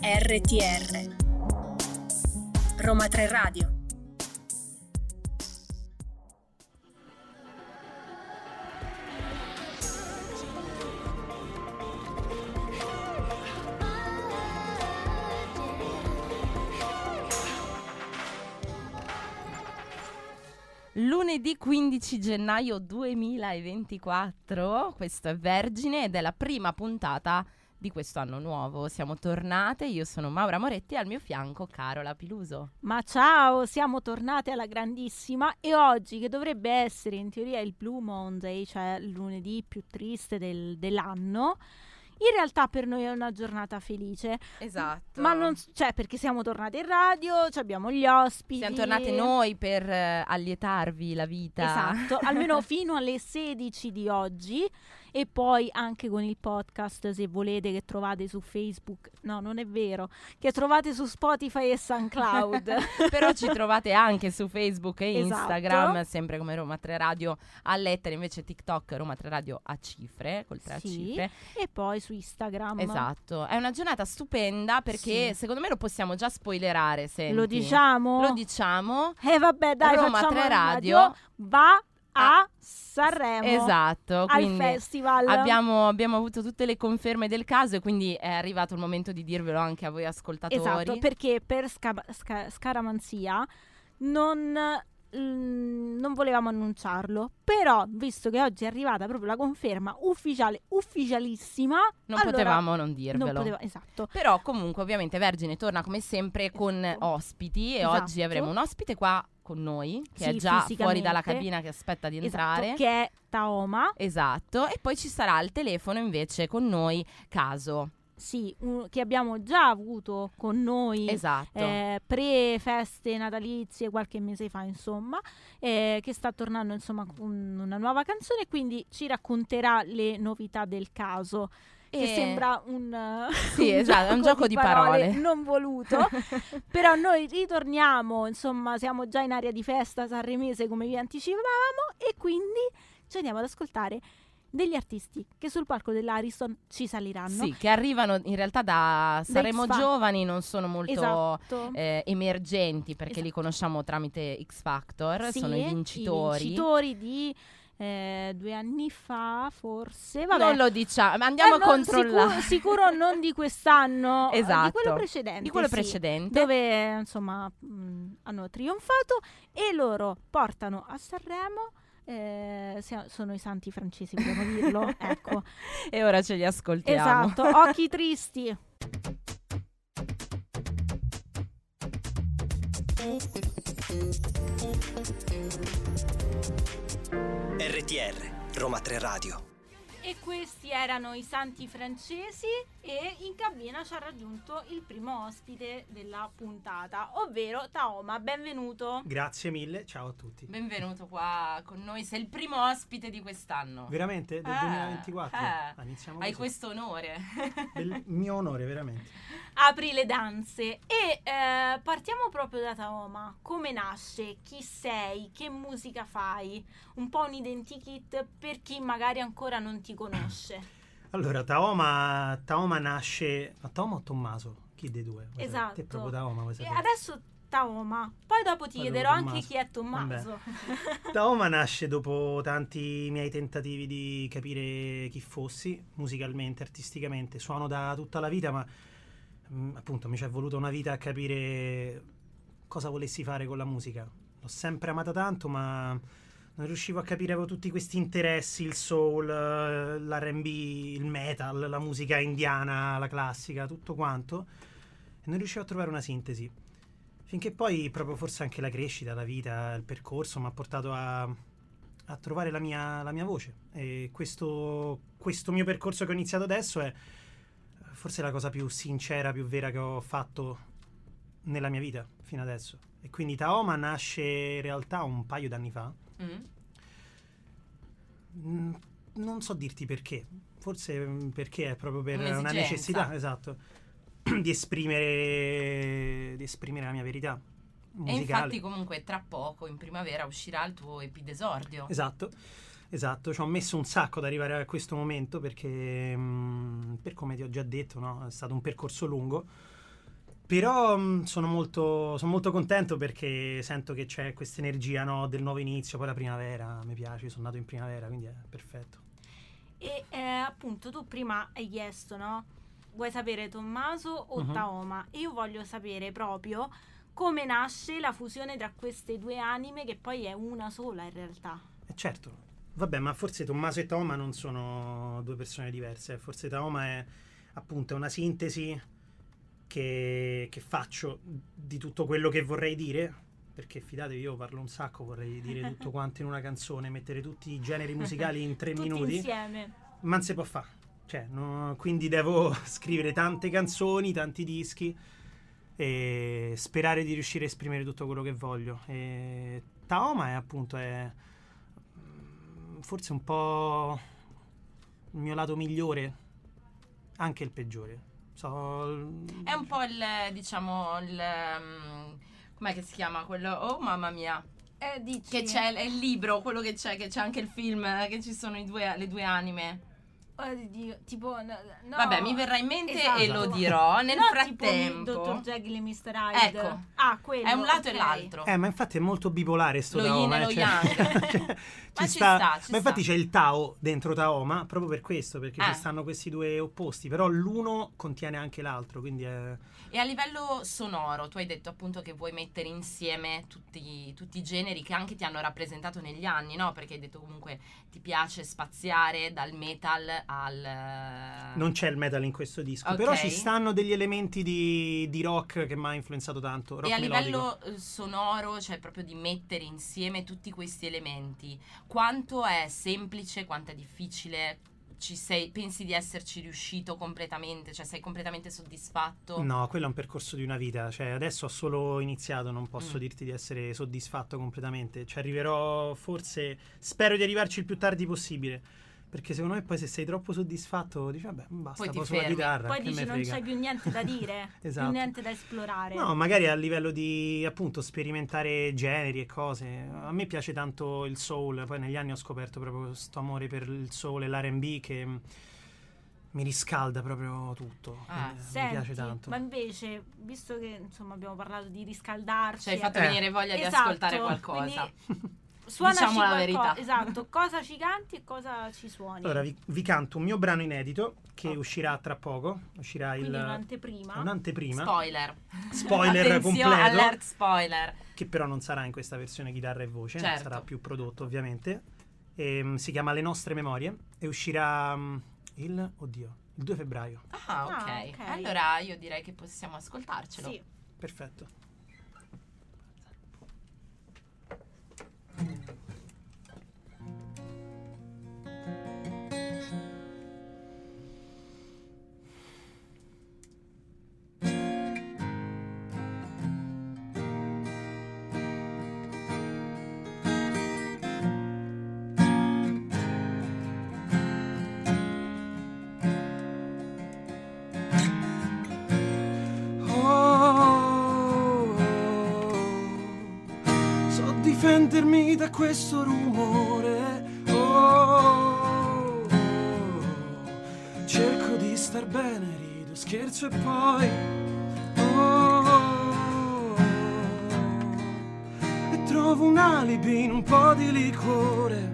RTR Roma 3 Radio. Lunedì 15 gennaio 2024, questo è Vergine ed è la prima puntata di questo anno nuovo. Siamo tornate, io sono Maura Moretti e al mio fianco Carola Piluso. Ma ciao, siamo tornate alla grandissima e oggi, che dovrebbe essere in teoria il Blue Monday, cioè il lunedì più triste dell'anno, in realtà per noi è una giornata felice. Esatto. Ma non, cioè, perché siamo tornate in radio, abbiamo gli ospiti. Siamo tornate noi per allietarvi la vita. Esatto, almeno fino alle 16 di oggi. E poi anche con il podcast, se volete, che trovate su Facebook. No, non è vero, che trovate su Spotify e SoundCloud. Però ci trovate anche su Facebook e Instagram, esatto. sempre come Roma 3 Radio a lettere, invece TikTok Roma 3 Radio a cifre, col 3 a cifre. E poi su Instagram. Esatto, è una giornata stupenda perché secondo me lo possiamo già spoilerare. Senti. Lo diciamo? Lo diciamo. Vabbè, dai, Roma facciamo 3 radio. Radio Va a Sanremo, esatto, al quindi festival. Abbiamo avuto tutte le conferme del caso e quindi è arrivato il momento di dirvelo anche a voi ascoltatori. Esatto, perché per scaramanzia non volevamo annunciarlo, però visto che oggi è arrivata proprio la conferma ufficialissima, non potevamo non dirvelo. Esatto. Però comunque ovviamente Vergine torna come sempre con ospiti e oggi avremo un ospite qua con noi che è già fuori dalla cabina che aspetta di entrare, che è Taoma. Esatto, e poi ci sarà al telefono invece con noi Caso. Sì, che abbiamo già avuto con noi, esatto, pre-feste natalizie qualche mese fa, insomma, che sta tornando insomma con una nuova canzone, quindi ci racconterà le novità del caso. Che sembra un gioco di parole non voluto. Però noi ritorniamo, insomma, siamo già in area di festa sanremese come vi anticipavamo, e quindi ci andiamo ad ascoltare degli artisti che sul palco dell'Ariston ci saliranno. Sì, che arrivano in realtà da Sanremo Giovani, non sono molto emergenti perché li conosciamo tramite X Factor, sono i vincitori di 2 anni fa, forse. Vabbè. Non lo diciamo, andiamo a controllare. Sicuro non di quest'anno, esatto, di quello precedente. Di quello precedente. Dove insomma hanno trionfato e loro portano a Sanremo. Sono i santi francesi, dobbiamo dirlo. Ecco. E ora ce li ascoltiamo. Esatto, occhi tristi. RTR Roma 3 Radio. E questi erano i santi francesi, e in cabina ci ha raggiunto il primo ospite della puntata, ovvero Taoma. Benvenuto. Grazie mille, ciao a tutti. Benvenuto qua con noi, sei il primo ospite di quest'anno. Veramente? Del 2024? Iniziamo così. Hai questo onore. Del mio onore, veramente. Apri le danze e partiamo proprio da Taoma. Come nasce? Chi sei? Che musica fai? Un po' un identikit per chi magari ancora non ti conosce. Allora, Taoma nasce... Ma Taoma o Tommaso? Chi dei due? Esatto. Te proprio Taoma. E adesso Taoma, poi dopo ti chiederò anche chi è Tommaso. Taoma nasce dopo tanti miei tentativi di capire chi fossi musicalmente, artisticamente. Suono da tutta la vita, ma appunto mi ci è voluta una vita a capire cosa volessi fare con la musica. L'ho sempre amata tanto, ma non riuscivo a capire, avevo tutti questi interessi, il soul, l'R&B, il metal, la musica indiana, la classica, tutto quanto, e non riuscivo a trovare una sintesi. Finché poi proprio forse anche la crescita, la vita, il percorso mi ha portato a trovare la mia voce. E questo mio percorso che ho iniziato adesso è forse la cosa più sincera, più vera che ho fatto nella mia vita fino adesso. E quindi Taoma nasce in realtà un paio d'anni fa. Non so dirti perché, forse perché è proprio per una necessità, esatto, di esprimere la mia verità musicale. E infatti comunque tra poco in primavera uscirà il tuo EP d'esordio. Esatto, ci ho messo un sacco ad arrivare a questo momento perché per come ti ho già detto, no? È stato un percorso lungo. Però sono molto contento perché sento che c'è questa energia, no, del nuovo inizio, poi la primavera mi piace, sono nato in primavera, quindi è perfetto. E appunto tu prima hai chiesto, no? Vuoi sapere Tommaso o Taoma? E io voglio sapere proprio come nasce la fusione tra queste due anime, che poi è una sola in realtà. Certo, vabbè, ma forse Tommaso e Taoma non sono due persone diverse, forse Taoma è appunto una sintesi che faccio di tutto quello che vorrei dire, perché fidatevi, io parlo un sacco, vorrei dire tutto quanto in una canzone, mettere tutti i generi musicali in 3 minuti insieme, ma non si può fare, cioè, no, quindi devo scrivere tante canzoni, tanti dischi e sperare di riuscire a esprimere tutto quello che voglio. E Taoma è appunto forse un po' il mio lato migliore, anche il peggiore. È un po' com'è che si chiama quello? Oh mamma mia, dici? Che c'è il libro, quello che c'è anche il film, che ci sono le due anime. Tipo no, vabbè, mi verrà in mente, esatto, e lo dirò nel frattempo. Tipo Dr. Jekyll e Mr. Hyde. Ecco, quello è un lato, okay, e l'altro. Ma infatti è molto bipolare sto lo Taoma, yin e lo yang. Ci sta. Infatti c'è il Tao dentro Taoma proprio per questo, perché ci stanno questi due opposti, però l'uno contiene anche l'altro, quindi è... E a livello sonoro, tu hai detto appunto che vuoi mettere insieme tutti i generi che anche ti hanno rappresentato negli anni, no? Perché hai detto comunque ti piace spaziare dal metal al... Non c'è il metal in questo disco, però ci stanno degli elementi di rock che mi ha influenzato tanto, rock e a melodico. livello sonoro, cioè proprio di mettere insieme tutti questi elementi, quanto è semplice, quanto è difficile? Pensi di esserci riuscito completamente? Cioè sei completamente soddisfatto? No, quello è un percorso di una vita, cioè adesso ho solo iniziato, non posso dirti di essere soddisfatto completamente, cioè arriverò, forse spero di arrivarci il più tardi possibile, perché secondo me poi se sei troppo soddisfatto dici vabbè basta, poso la chitarra, poi dici non c'hai più niente da dire. Esatto. Più niente da esplorare. No, magari a livello di appunto sperimentare generi e cose. A me piace tanto il soul, poi negli anni ho scoperto proprio questo amore per il soul e l'R&B che mi riscalda proprio tutto. Senti, mi piace tanto. Ma invece, visto che insomma abbiamo parlato di riscaldarci, cioè hai fatto venire voglia di ascoltare qualcosa. Suonaci diciamo la verità. Esatto, cosa ci canti e cosa ci suoni? Allora vi canto un mio brano inedito che uscirà tra poco. Uscirà un'anteprima. Spoiler completo. Alert spoiler. Che però non sarà in questa versione chitarra e voce, certo, sarà più prodotto ovviamente. Si chiama Le nostre memorie e uscirà il 2 febbraio. Ok. Allora io direi che possiamo ascoltarcelo. Sì. Perfetto. Difendermi da questo rumore, cerco di star bene, rido, scherzo e poi e trovo un alibi in un po' di liquore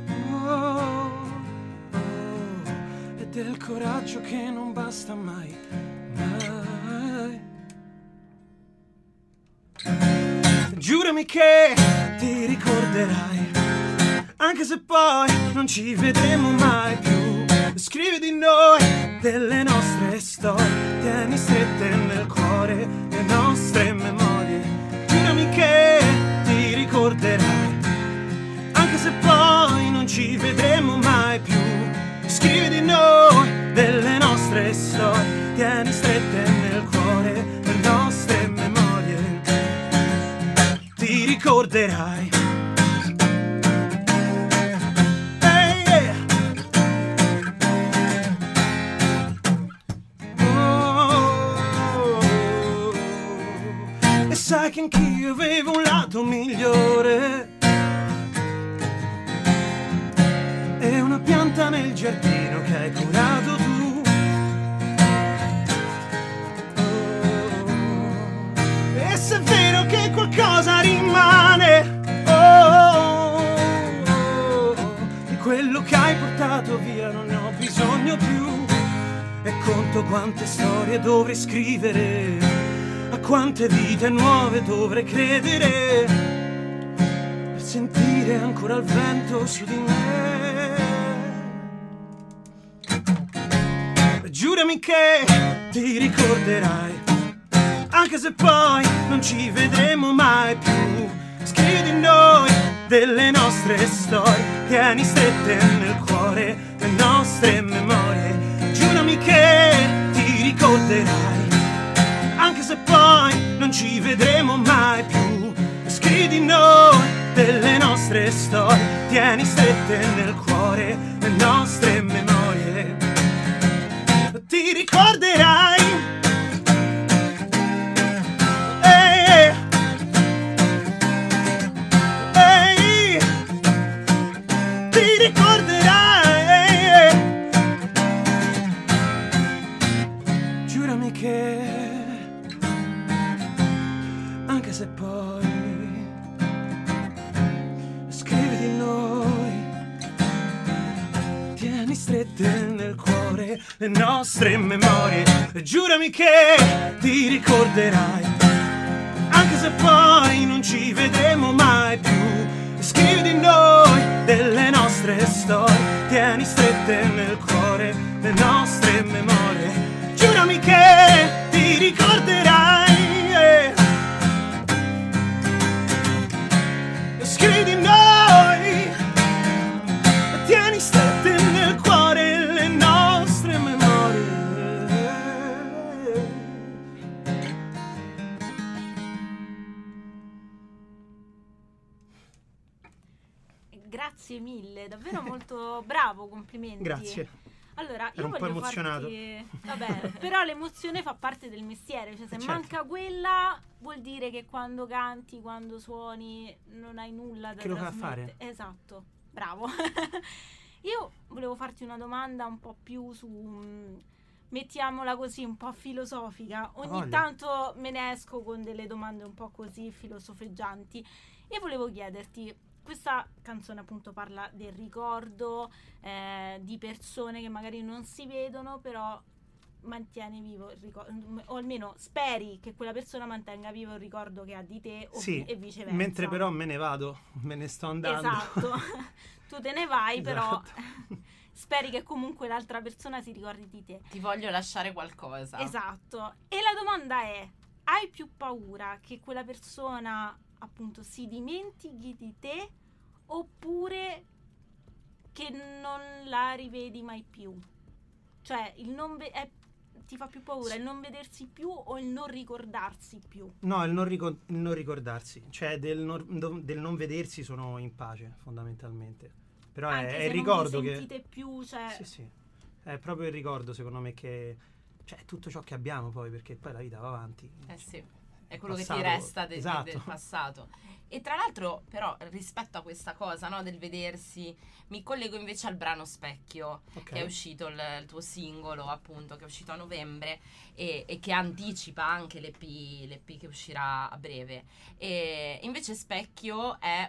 e del coraggio che non basta mai, mai. Giurami che ti ricorderai, anche se poi non ci vedremo mai più. Scrivi di noi, delle nostre storie, tieni strette nel cuore le nostre memorie. Giurami che ti ricorderai, anche se poi non ci vedremo mai più. Scrivi di noi, delle nostre storie, tieni strette nel cuore le nostre memorie. Ti ricorderai. Hey, yeah. E sai che anch'io avevo un lato migliore e una pianta nel giardino che hai curato tu. che hai portato via non ne ho bisogno più. E conto quante storie dovrei scrivere, a quante vite nuove dovrei credere, per sentire ancora il vento su di me. Giurami che ti ricorderai, anche se poi non ci vedremo mai più. Scrivi di noi, delle nostre storie, tieni strette nel cuore le nostre memorie. Giurami che ti ricorderai, anche se poi non ci vedremo mai più. Scrivi di noi, delle nostre storie, tieni strette nel cuore le nostre memorie. Ti ricorderai, ti ricorderai. Giurami che, anche se poi scrivi di noi, tieni strette nel cuore le nostre memorie. Giurami che ti ricorderai, anche se poi non ci vedremo mai più. Scrivi di noi, delle nostre storie, tieni strette nel cuore le nostre memorie. Giurami che ti ricorderai. Scrivi di noi, tieni strette nel cuore le nostre memorie. Grazie mille, davvero molto bravo, complimenti. Grazie. Allora, io Ero un po' voglio emozionato. Vabbè, però l'emozione fa parte del mestiere, cioè se Certo. manca quella vuol dire che quando canti, quando suoni non hai nulla da Che lo fa trasmettere. fare. Esatto, bravo. Io volevo farti una domanda un po' più su, mettiamola così, un po' filosofica. Ogni Voglia. tanto me ne esco con delle domande un po' così filosofeggianti e volevo chiederti, questa canzone appunto parla del ricordo di persone che magari non si vedono, però mantiene vivo il ricordo, o almeno speri che quella persona mantenga vivo il ricordo che ha di te Sì, e viceversa. mentre però me ne vado, me ne sto andando. Esatto, tu te ne vai, però Esatto. speri che comunque l'altra persona si ricordi di te. Ti voglio lasciare qualcosa. Esatto. E la domanda è: hai più paura che quella persona appunto si dimentichi di te, oppure che non la rivedi mai più? Cioè il non ti fa più paura il non vedersi più o il non ricordarsi più? No, il non ricordarsi, cioè del non vedersi sono in pace fondamentalmente. Però Anche è se il ricordo non vi che sentite più, cioè sì, è proprio il ricordo secondo me che, cioè, è tutto ciò che abbiamo poi, perché poi la vita va avanti. Sì, è quello Passato, che ti resta esatto. del passato. E tra l'altro, però, rispetto a questa cosa, no, del vedersi, mi collego invece al brano Specchio, Ok. che è uscito il tuo singolo, appunto, che è uscito a novembre e che anticipa anche l'EP che uscirà a breve. E invece Specchio è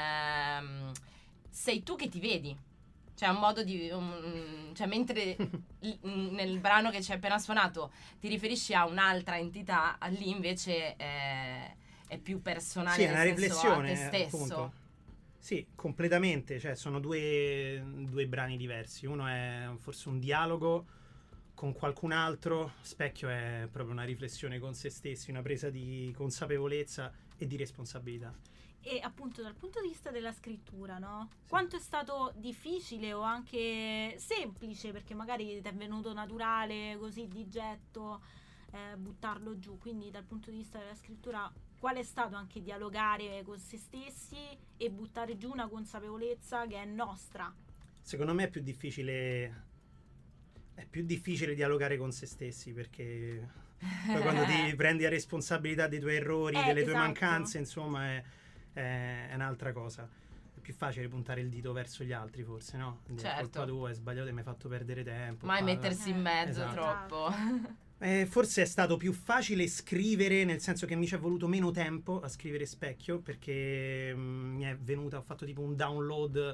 sei tu che ti vedi. Cioè un modo di... cioè mentre nel brano che ci hai appena suonato ti riferisci a un'altra entità, lì invece è più personale, Sì, è una nel senso a riflessione, te stesso. appunto. Sì, completamente, cioè sono due brani diversi. Uno è forse un dialogo con qualcun altro, Specchio è proprio una riflessione con se stessi, una presa di consapevolezza e di responsabilità. E appunto dal punto di vista della scrittura, no? Quanto è stato difficile o anche semplice, perché magari ti è venuto naturale così di getto buttarlo giù, quindi dal punto di vista della scrittura qual è stato anche dialogare con se stessi e buttare giù una consapevolezza che è nostra? Secondo me è più difficile dialogare con se stessi, perché poi quando ti prendi la responsabilità dei tuoi errori, delle tue esatto. mancanze, insomma è un'altra cosa. È più facile puntare il dito verso gli altri, forse, no? Dire, Certo. È colpa tua, hai sbagliato e mi hai fatto perdere tempo. Mai palla. mettersi in mezzo Esatto. troppo. Forse è stato più facile scrivere, nel senso che mi ci è voluto meno tempo a scrivere Specchio, perché mi è venuta, ho fatto tipo un download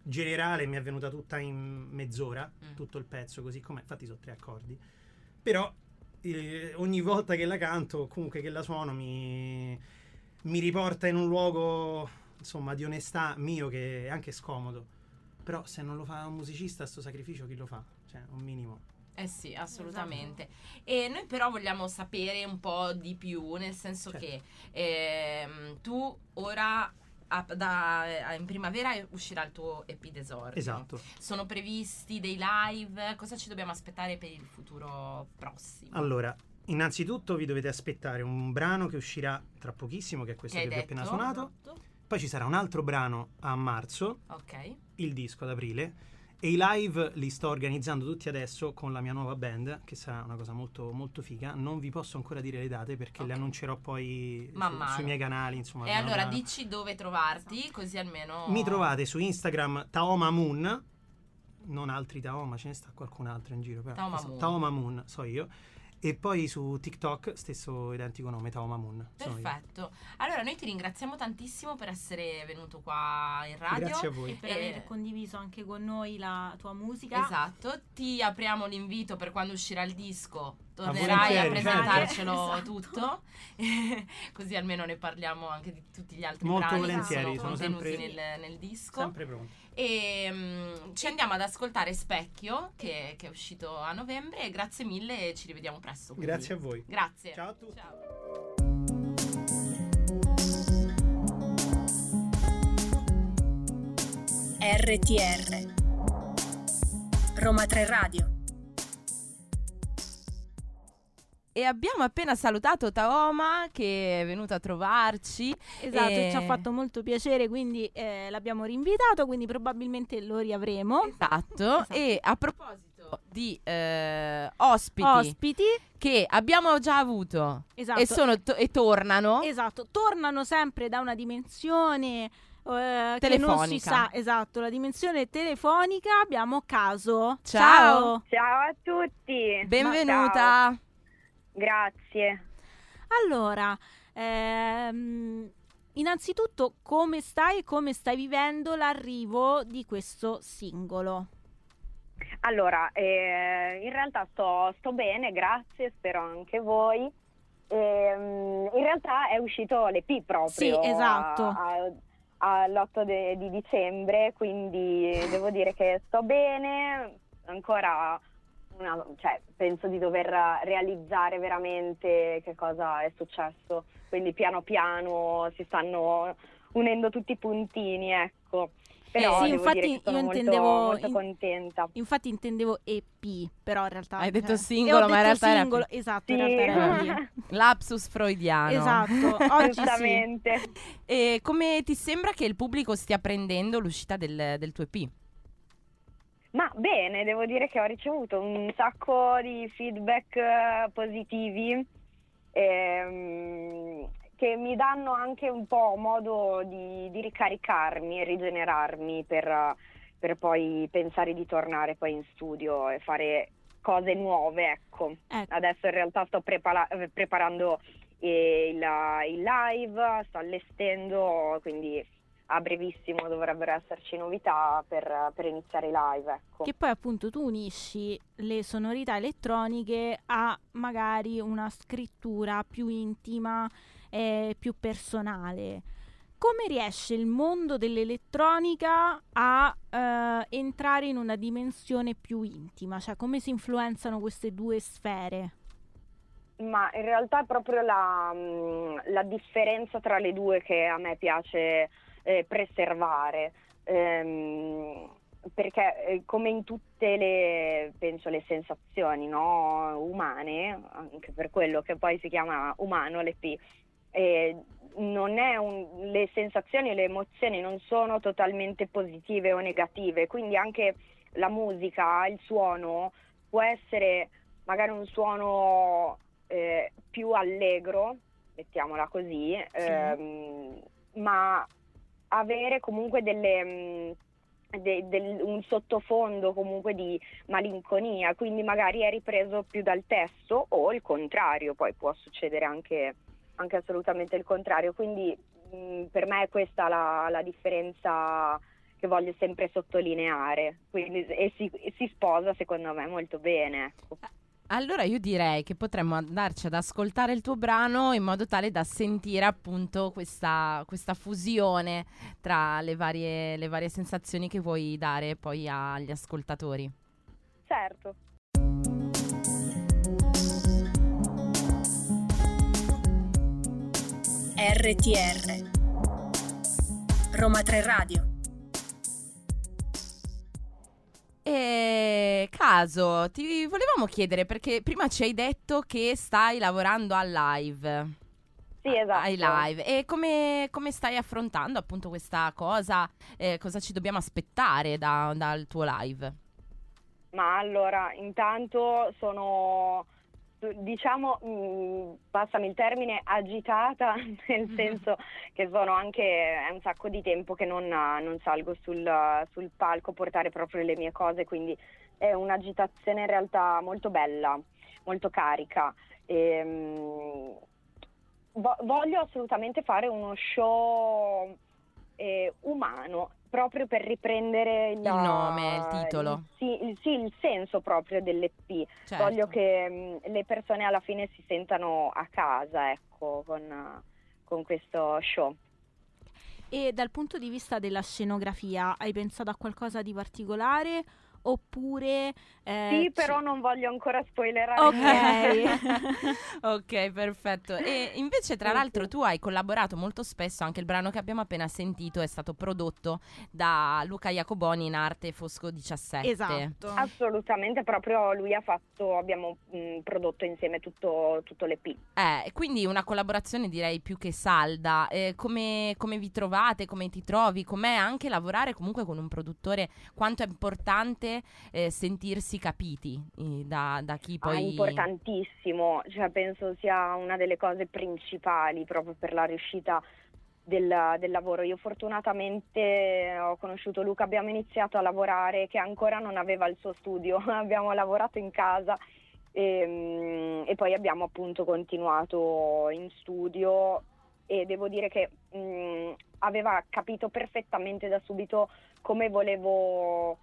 generale mi è venuta tutta in mezz'ora, tutto il pezzo così com'è, infatti sono 3 accordi, però ogni volta che la canto, comunque che la suono, mi riporta in un luogo, insomma, di onestà mio, che è anche scomodo, però se non lo fa un musicista sto sacrificio chi lo fa? Cioè, un minimo. Eh sì, assolutamente. E noi però vogliamo sapere un po' di più, nel senso che tu ora in primavera uscirà il tuo EP d'esordio. Esatto. Sono previsti dei live? Cosa ci dobbiamo aspettare per il futuro prossimo? Allora, innanzitutto vi dovete aspettare un brano che uscirà tra pochissimo, che è questo che vi ho appena suonato. Esatto. Poi ci sarà un altro brano a marzo, Ok. il disco ad aprile, e i live li sto organizzando tutti adesso con la mia nuova band, che sarà una cosa molto molto figa. Non vi posso ancora dire le date perché le annuncerò poi sui miei canali, insomma. E allora dici dove trovarti, così almeno... Mi trovate su Instagram Taoma Moon, non altri Taoma, ce ne sta qualcun altro in giro, però Taoma Moon so io. E poi su TikTok stesso identico nome, Taoma Moon. Perfetto. Allora noi ti ringraziamo tantissimo per essere venuto qua in radio. Grazie a voi. E per aver condiviso anche con noi la tua musica. Esatto. Ti apriamo l'invito per quando uscirà il disco. Tornerai a presentarcelo tutto. Così almeno ne parliamo anche di tutti gli altri molto brani volentieri, che sono sono contenuti sempre, nel disco. sempre pronto. E ci andiamo ad ascoltare Specchio, che è uscito a novembre, e grazie mille e ci rivediamo presto. Quindi. Grazie a voi. Grazie. Ciao a tutti. Ciao. RTR Roma 3 Radio. E abbiamo appena salutato Taoma, che è venuto a trovarci. Esatto, e ci ha fatto molto piacere, quindi l'abbiamo rinvitato, quindi probabilmente lo riavremo. Esatto. E a proposito di ospiti che abbiamo già avuto, esatto, e tornano. Esatto, tornano sempre da una dimensione telefonica. che non si sa, esatto, la dimensione telefonica. Abbiamo Caso. Ciao. Ciao a tutti. Benvenuta. Ciao. Grazie. Allora, innanzitutto come stai e come stai vivendo l'arrivo di questo singolo? Allora, in realtà sto bene, grazie, spero anche voi. In realtà è uscito l'EP proprio. Sì, esatto. All'8 di dicembre, quindi devo dire che sto bene, ancora penso di dover realizzare veramente che cosa è successo, quindi piano piano si stanno unendo tutti i puntini, ecco. Però sì, devo infatti dire che sono io intendevo molto contenta. Infatti intendevo EP, però in realtà hai detto singolo, ma in realtà singolo, era esatto, sì. in realtà era EP. Lapsus freudiano. Esatto, oggi Giustamente. sì. E come ti sembra che il pubblico stia prendendo l'uscita del tuo EP? Ma bene, devo dire che ho ricevuto un sacco di feedback positivi che mi danno anche un po' modo di ricaricarmi e rigenerarmi per poi pensare di tornare poi in studio e fare cose nuove, ecco. Adesso in realtà sto preparando il live, sto allestendo, quindi a brevissimo dovrebbero esserci novità per iniziare i live, ecco. Che poi appunto tu unisci le sonorità elettroniche a magari una scrittura più intima e più personale. Come riesce il mondo dell'elettronica a entrare in una dimensione più intima? Cioè, come si influenzano queste due sfere? Ma in realtà è proprio la differenza tra le due che a me piace preservare, perché come in tutte penso le sensazioni, no, umane, anche per quello che poi si chiama umano l'EP, non è le sensazioni e le emozioni non sono totalmente positive o negative, quindi anche la musica, il suono può essere magari un suono più allegro, mettiamola così, ma avere comunque un sottofondo comunque di malinconia, quindi magari è ripreso più dal testo o il contrario, poi può succedere anche assolutamente il contrario, quindi per me è questa la differenza voglio sempre sottolineare, quindi e si sposa secondo me molto bene, ecco. Allora io direi che potremmo andarci ad ascoltare il tuo brano in modo tale da sentire appunto questa fusione tra le varie sensazioni che vuoi dare poi agli ascoltatori. Certo. RTR Roma 3 Radio. E Caso, ti volevamo chiedere, perché prima ci hai detto che stai lavorando al live. Sì, esatto. Ai live. E come stai affrontando appunto questa cosa? Cosa ci dobbiamo aspettare dal tuo live? Ma allora, intanto sono, diciamo, passami il termine, agitata, nel senso che sono anche, è un sacco di tempo che non salgo sul palco a portare proprio le mie cose, quindi è un'agitazione in realtà molto bella, molto carica. Voglio assolutamente fare uno show umano, proprio per riprendere il nome, il titolo. Il senso proprio dell'EP. Certo. Voglio che le persone alla fine si sentano a casa, ecco, con questo show. E dal punto di vista della scenografia, hai pensato a qualcosa di particolare? Oppure sì, però non voglio ancora spoilerare. Ok. Ok, perfetto. E invece tra Sì, l'altro sì. tu hai collaborato molto spesso, anche il brano che abbiamo appena sentito è stato prodotto da Luca Iacoboni in arte Fosco 17. Esatto. Assolutamente, proprio lui abbiamo prodotto insieme tutto l'EP. Quindi una collaborazione direi più che salda. Come vi trovate, come ti trovi? Com'è anche lavorare comunque con un produttore? Quanto è importante sentirsi capiti da chi poi... È importantissimo, cioè penso sia una delle cose principali proprio per la riuscita del lavoro. Io fortunatamente ho conosciuto Luca, abbiamo iniziato a lavorare che ancora non aveva il suo studio, abbiamo lavorato in casa e poi abbiamo appunto continuato in studio e devo dire che aveva capito perfettamente da subito come volevo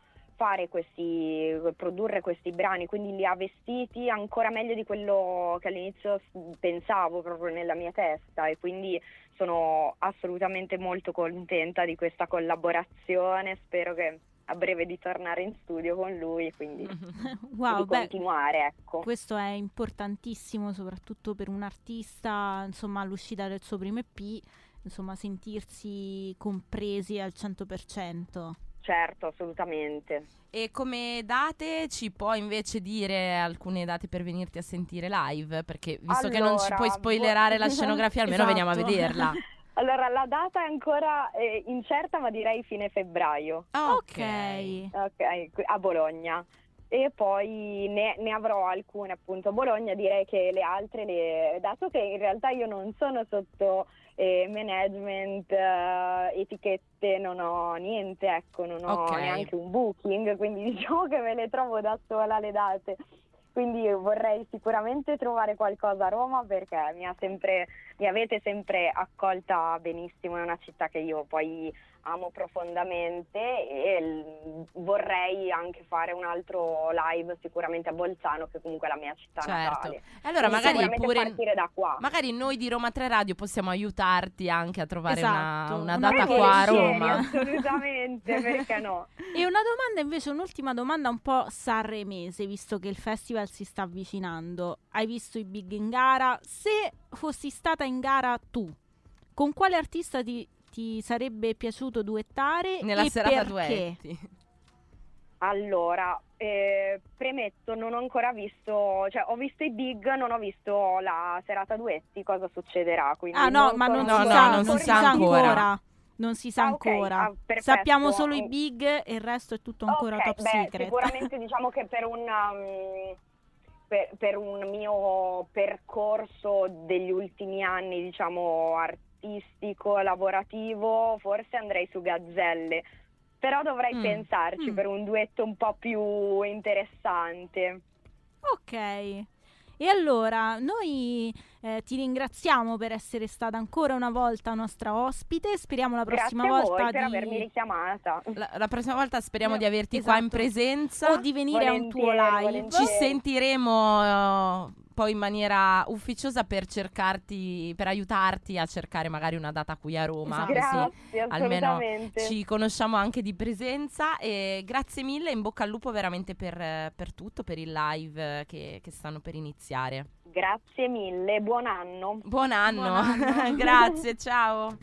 produrre questi brani, quindi li ha vestiti ancora meglio di quello che all'inizio pensavo proprio nella mia testa, e quindi sono assolutamente molto contenta di questa collaborazione. Spero che a breve di tornare in studio con lui, quindi Wow, di continuare, ecco. Questo è importantissimo soprattutto per un artista, insomma, all'uscita del suo primo EP, insomma, sentirsi compresi al 100%. Certo, assolutamente. E come date ci puoi invece dire alcune date per venirti a sentire live? Perché visto che non ci puoi spoilerare la scenografia, almeno Esatto. veniamo a vederla. Allora, la data è ancora incerta, ma direi fine febbraio. Ok. Ok, a Bologna. E poi ne avrò alcune appunto a Bologna. Direi che le altre, dato che in realtà io non sono sotto management, etichette, non ho niente, ecco, non ho neanche un booking, quindi diciamo che me le trovo da sola le date. Quindi vorrei sicuramente trovare qualcosa a Roma, perché mi avete sempre accolta benissimo, è una città che io poi amo profondamente e vorrei anche fare un altro live sicuramente a Bolzano, che comunque è la mia città natale. Allora magari pure partire da qua. Magari noi di Roma 3 Radio possiamo aiutarti anche a trovare Esatto, una una data che qua a Volentieri, Roma. assolutamente, perché no? E una domanda invece, un'ultima domanda un po' sanremese, visto che il festival si sta avvicinando. Hai visto i big in gara? Se fossi stata in gara tu, con quale artista ti sarebbe piaciuto duettare Nella e serata perché? duetti. Allora, premetto, non ho ancora visto, cioè ho visto i big, non ho visto la serata duetti, cosa succederà. Quindi No, ma non si sa ancora. Non si sa ok, ancora. perfetto. Sappiamo solo i big e il resto è tutto ancora top secret. Sicuramente diciamo che per un mio percorso degli ultimi anni, diciamo artistico, lavorativo, forse andrei su Gazzelle, però dovrei pensarci per un duetto un po' più interessante. Ok. E allora, noi ti ringraziamo per essere stata ancora una volta nostra ospite. Speriamo la prossima Grazie a volta voi per avermi richiamata. La prossima volta speriamo di averti Esatto. qua in presenza. O di venire a un tuo Volentieri, live. volentieri. Ci sentiremo poi in maniera ufficiosa per cercarti, per aiutarti a cercare magari una data qui a Roma. Esatto. Così Grazie, almeno assolutamente. ci conosciamo anche di presenza. E grazie mille, in bocca al lupo veramente per tutto, per il live che stanno per iniziare. Grazie mille, buon anno. Buon anno, Buon anno. grazie, ciao.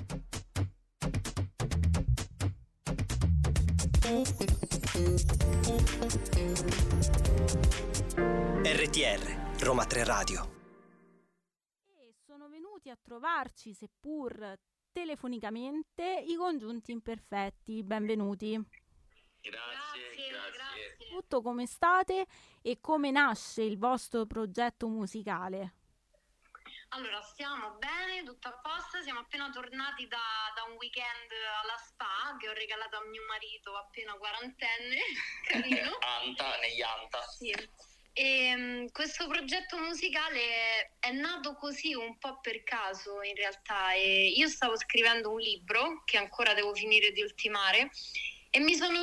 RTR, Roma 3 Radio. E sono venuti a trovarci, seppur telefonicamente, i Congiunti Imperfetti. Benvenuti. Grazie. Tutto, come state e come nasce il vostro progetto musicale? Allora, stiamo bene, tutto a posto, siamo appena tornati da un weekend alla Spa che ho regalato a mio marito appena quarantenne, carino. Negli Anta. Sì. E questo progetto musicale è nato così un po' per caso in realtà. E io stavo scrivendo un libro che ancora devo finire di ultimare e mi sono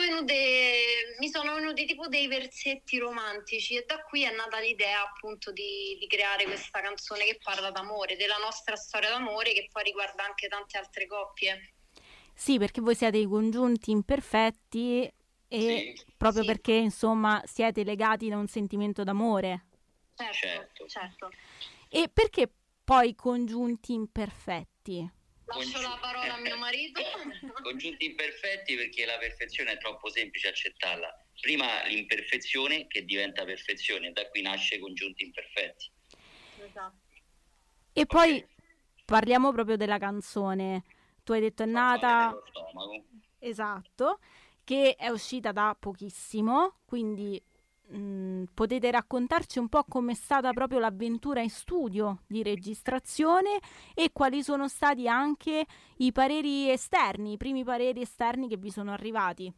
venuti tipo dei versetti romantici e da qui è nata l'idea appunto di creare questa canzone che parla d'amore, della nostra storia d'amore che poi riguarda anche tante altre coppie. Sì, perché voi siete i Congiunti Imperfetti e Sì. proprio Sì. perché insomma siete legati da un sentimento d'amore. Certo. E perché poi Congiunti Imperfetti? Lascio la parola a mio marito. Congiunti imperfetti perché la perfezione è troppo semplice accettarla. Prima l'imperfezione che diventa perfezione, da qui nasce Congiunti imperfetti. Esatto. E poi parliamo proprio della canzone. Tu hai detto è nata, Nello stomaco. esatto, che è uscita da pochissimo, quindi potete raccontarci un po' com'è stata proprio l'avventura in studio di registrazione e quali sono stati anche i pareri esterni, i primi pareri esterni che vi sono arrivati.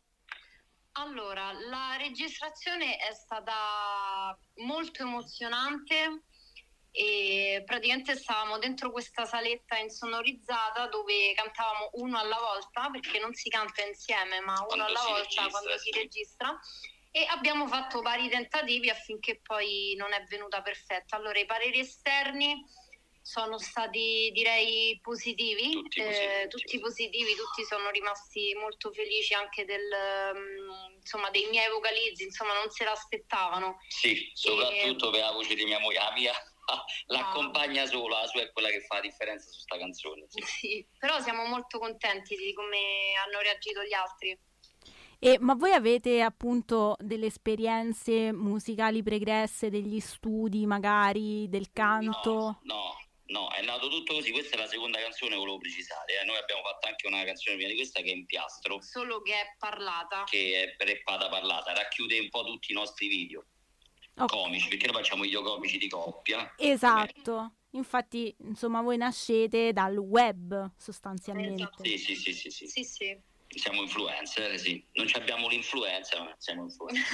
Allora, la registrazione è stata molto emozionante e praticamente stavamo dentro questa saletta insonorizzata dove cantavamo uno alla volta, perché non si canta insieme, ma uno Quando alla si volta registra, quando si sì. registra. E abbiamo fatto vari tentativi affinché poi non è venuta perfetta. Allora, i pareri esterni sono stati, direi, positivi, tutti positivi, tutti sono rimasti molto felici anche insomma, dei miei vocalizzi, insomma, non se l'aspettavano. Sì, soprattutto per la voce di mia moglie. La mia l'accompagna sola, la sua è quella che fa la differenza su sta canzone. Sì. Sì, però siamo molto contenti di come hanno reagito gli altri. Ma voi avete appunto delle esperienze musicali pregresse, degli studi magari, del canto? No, è nato tutto così. Questa è la seconda canzone, volevo precisare. Noi abbiamo fatto anche una canzone prima di questa che è in piastro, Solo che è parlata. che è reppata parlata, racchiude un po' tutti i nostri video Ok. comici, perché noi facciamo video comici di coppia. Esatto, infatti insomma voi nascete dal web sostanzialmente. Esatto. Sì. Sì. Siamo influencer, sì. Non ci abbiamo l'influenza, ma siamo influencer.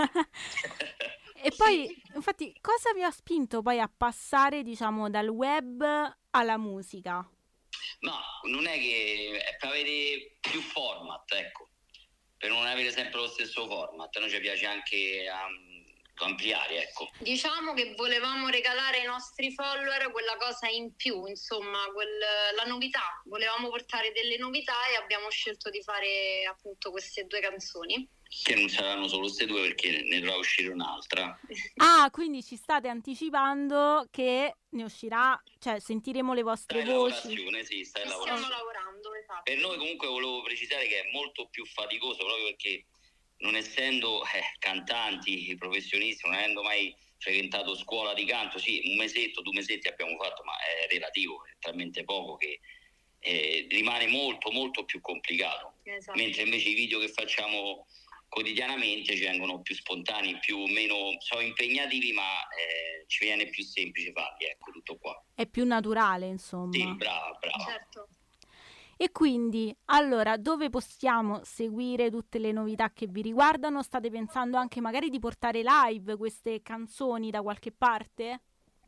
E poi, infatti, cosa vi ha spinto poi a passare, diciamo, dal web alla musica? No, non è che è per avere più format, ecco. Per non avere sempre lo stesso format. A noi ci piace anche ampliare, ecco. Diciamo che volevamo regalare ai nostri follower quella cosa in più, insomma, la novità. Volevamo portare delle novità e abbiamo scelto di fare appunto queste due canzoni. Che non saranno solo queste due perché ne dovrà uscire un'altra. Ah, quindi ci state anticipando che ne uscirà, cioè sentiremo le vostre voci. Lavorazione, sì, stai Stiamo lavorando. lavorando, esatto. Per noi comunque volevo precisare che è molto più faticoso proprio perché non essendo cantanti professionisti, non avendo mai frequentato scuola di canto, sì, un mesetto, 2 mesetti abbiamo fatto, ma è relativo, è talmente poco che rimane molto molto più complicato. Esatto. Mentre invece i video che facciamo quotidianamente ci vengono più spontanei, meno sono impegnativi, ma ci viene più semplice farli, ecco, tutto qua. È più naturale, insomma. Sì, brava. Certo. E quindi, allora, dove possiamo seguire tutte le novità che vi riguardano? State pensando anche magari di portare live queste canzoni da qualche parte?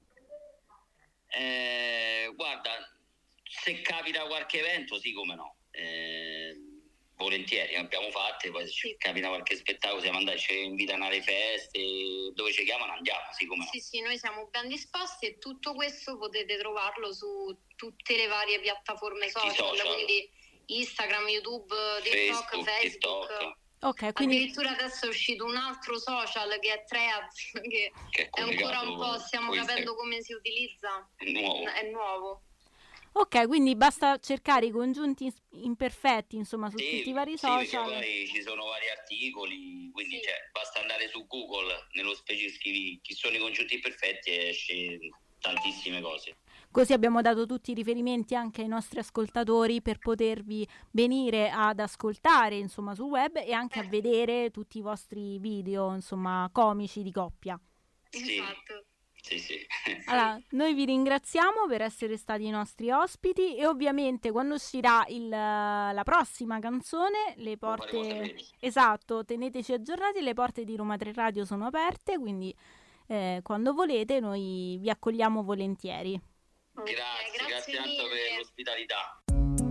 Guarda, se capita qualche evento, sì, come no. Volentieri, abbiamo fatte, poi se ci capita qualche spettacolo, siamo andati, ci invitano alle feste, dove ci chiamano andiamo, sì, come no. Sì, noi siamo ben disposti e tutto questo potete trovarlo su tutte le varie piattaforme social. Quindi Instagram, YouTube, TikTok, Facebook. Ok, quindi addirittura adesso è uscito un altro social che è Threads, che è ancora un po', stiamo capendo come si utilizza, è nuovo. Ok, quindi basta cercare i congiunti imperfetti, insomma, su tutti i vari social. Poi ci sono vari articoli, quindi basta andare su Google, nello specifico scrivi chi sono i congiunti imperfetti e esce tantissime cose. Così abbiamo dato tutti i riferimenti anche ai nostri ascoltatori per potervi venire ad ascoltare, insomma, sul web e anche a vedere tutti i vostri video, insomma, comici di coppia. Esatto. Sì. Allora, noi vi ringraziamo per essere stati i nostri ospiti e ovviamente quando uscirà la prossima canzone le porte, esatto, teneteci aggiornati, le porte di Roma 3 Radio sono aperte, quindi quando volete noi vi accogliamo volentieri. Grazie tanto per l'ospitalità.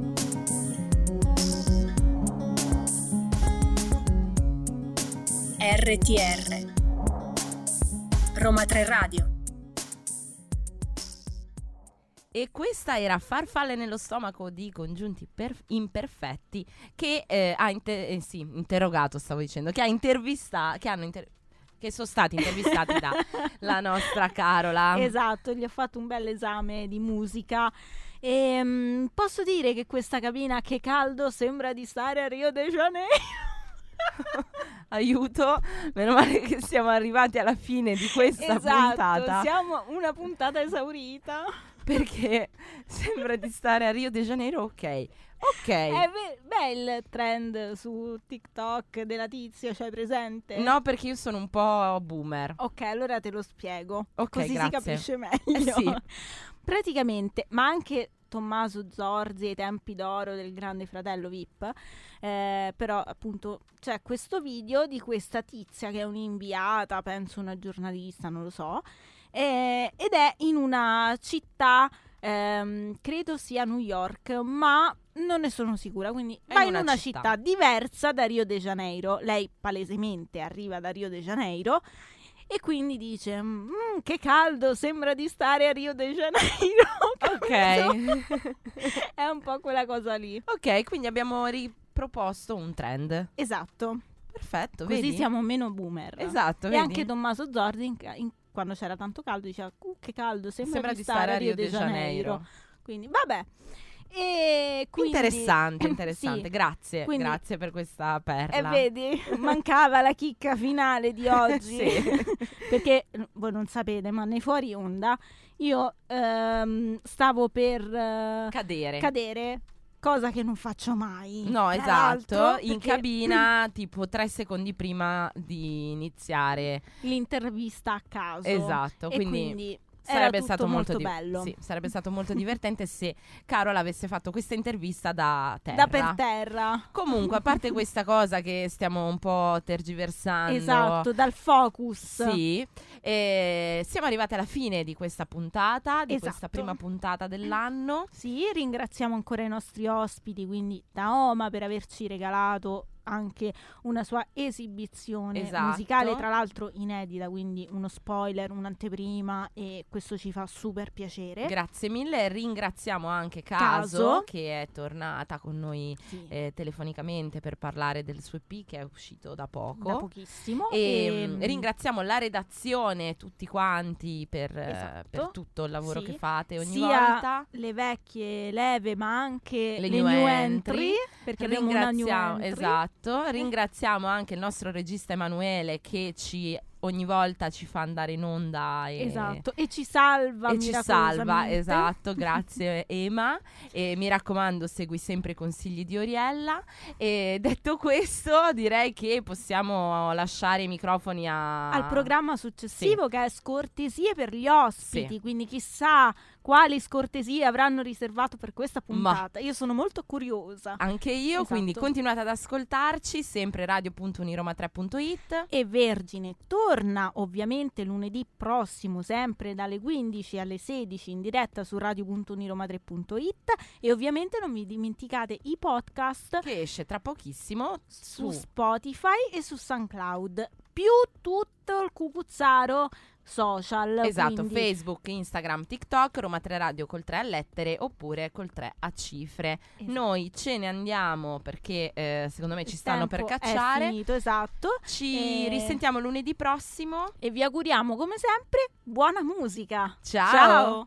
RTR Roma 3 Radio. E questa era Farfalle nello stomaco di Congiunti Imperfetti che ha interrogato, stavo dicendo, che sono stati intervistati dalla nostra Carola. Esatto, gli ho fatto un bel esame di musica e posso dire che questa cabina, che caldo, sembra di stare a Rio de Janeiro. Aiuto, meno male che siamo arrivati alla fine di questa puntata. Siamo una puntata esaurita. Perché sembra di stare a Rio de Janeiro, ok. Beh, il trend su TikTok della tizia, cioè presente? No, perché io sono un po' boomer. Ok, allora te lo spiego. Ok, così grazie. si capisce meglio. Sì. Praticamente, ma anche Tommaso Zorzi ai tempi d'oro del Grande Fratello VIP, però appunto c'è questo video di questa tizia che è un'inviata, penso una giornalista, non lo so, ed è in una città, credo sia New York, ma non ne sono sicura, quindi va in una città diversa da Rio de Janeiro. Lei palesemente arriva da Rio de Janeiro e quindi dice che caldo, sembra di stare a Rio de Janeiro. Ok. È un po' quella cosa lì. Ok, quindi abbiamo riproposto un trend. Esatto. Perfetto, così vedi? siamo meno boomer. Esatto, e vedi? anche Tommaso Zorzi quando c'era tanto caldo diceva che caldo, sembra di stare a Rio de Janeiro. Quindi vabbè. E quindi, interessante. Sì, grazie quindi, grazie per questa perla. E vedi, mancava la chicca finale di oggi. Sì. Perché voi non sapete, ma nei fuori onda io stavo per cadere, cosa che non faccio mai. No, esatto, in perché cabina tipo 3 secondi prima di iniziare l'intervista a caso. Esatto, e quindi sarebbe stato molto bello. Sì, sarebbe stato molto divertente se Carola avesse fatto questa intervista da terra. Da per terra. Comunque, a parte questa cosa che stiamo un po' tergiversando. Esatto, dal focus. Sì, siamo arrivati alla fine di questa puntata, di esatto. questa prima puntata dell'anno. Sì, ringraziamo ancora i nostri ospiti, quindi Taoma per averci regalato anche una sua esibizione musicale, tra l'altro inedita, quindi uno spoiler, un'anteprima, e questo ci fa super piacere. Grazie mille, ringraziamo anche Caso che è tornata con noi telefonicamente per parlare del suo EP che è uscito da poco, da pochissimo, e ringraziamo la redazione, tutti quanti per tutto il lavoro che fate ogni volta, le vecchie leve ma anche le new entry, perché abbiamo una new entry. Esatto, ringraziamo anche il nostro regista Emanuele che ci ogni volta ci fa andare in onda esatto, e ci salva e ci salva, miracolosamente. esatto, grazie Ema, e mi raccomando segui sempre i consigli di Oriella. E detto questo direi che possiamo lasciare i microfoni al programma successivo, Sì. che è scortesie per gli ospiti, Sì. quindi chissà quali scortesie avranno riservato per questa puntata. Io sono molto curiosa. Anche io, Esatto. quindi continuate ad ascoltarci, sempre radio.uniroma3.it. E Vergine torna ovviamente lunedì prossimo, sempre dalle 15 alle 16 in diretta su radio.uniroma3.it, e ovviamente non vi dimenticate i podcast che esce tra pochissimo su Spotify e su SoundCloud, più tutto il cucuzzaro social. Esatto, quindi Facebook, Instagram, TikTok, Roma 3 Radio col 3 a lettere oppure col 3 a cifre. Esatto. Noi ce ne andiamo perché secondo me ci il stanno per tempo cacciare. è finito, esatto. Ci E- risentiamo lunedì prossimo. E vi auguriamo come sempre buona musica. Ciao. Ciao.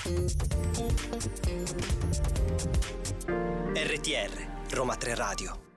RTR, Roma 3 Radio.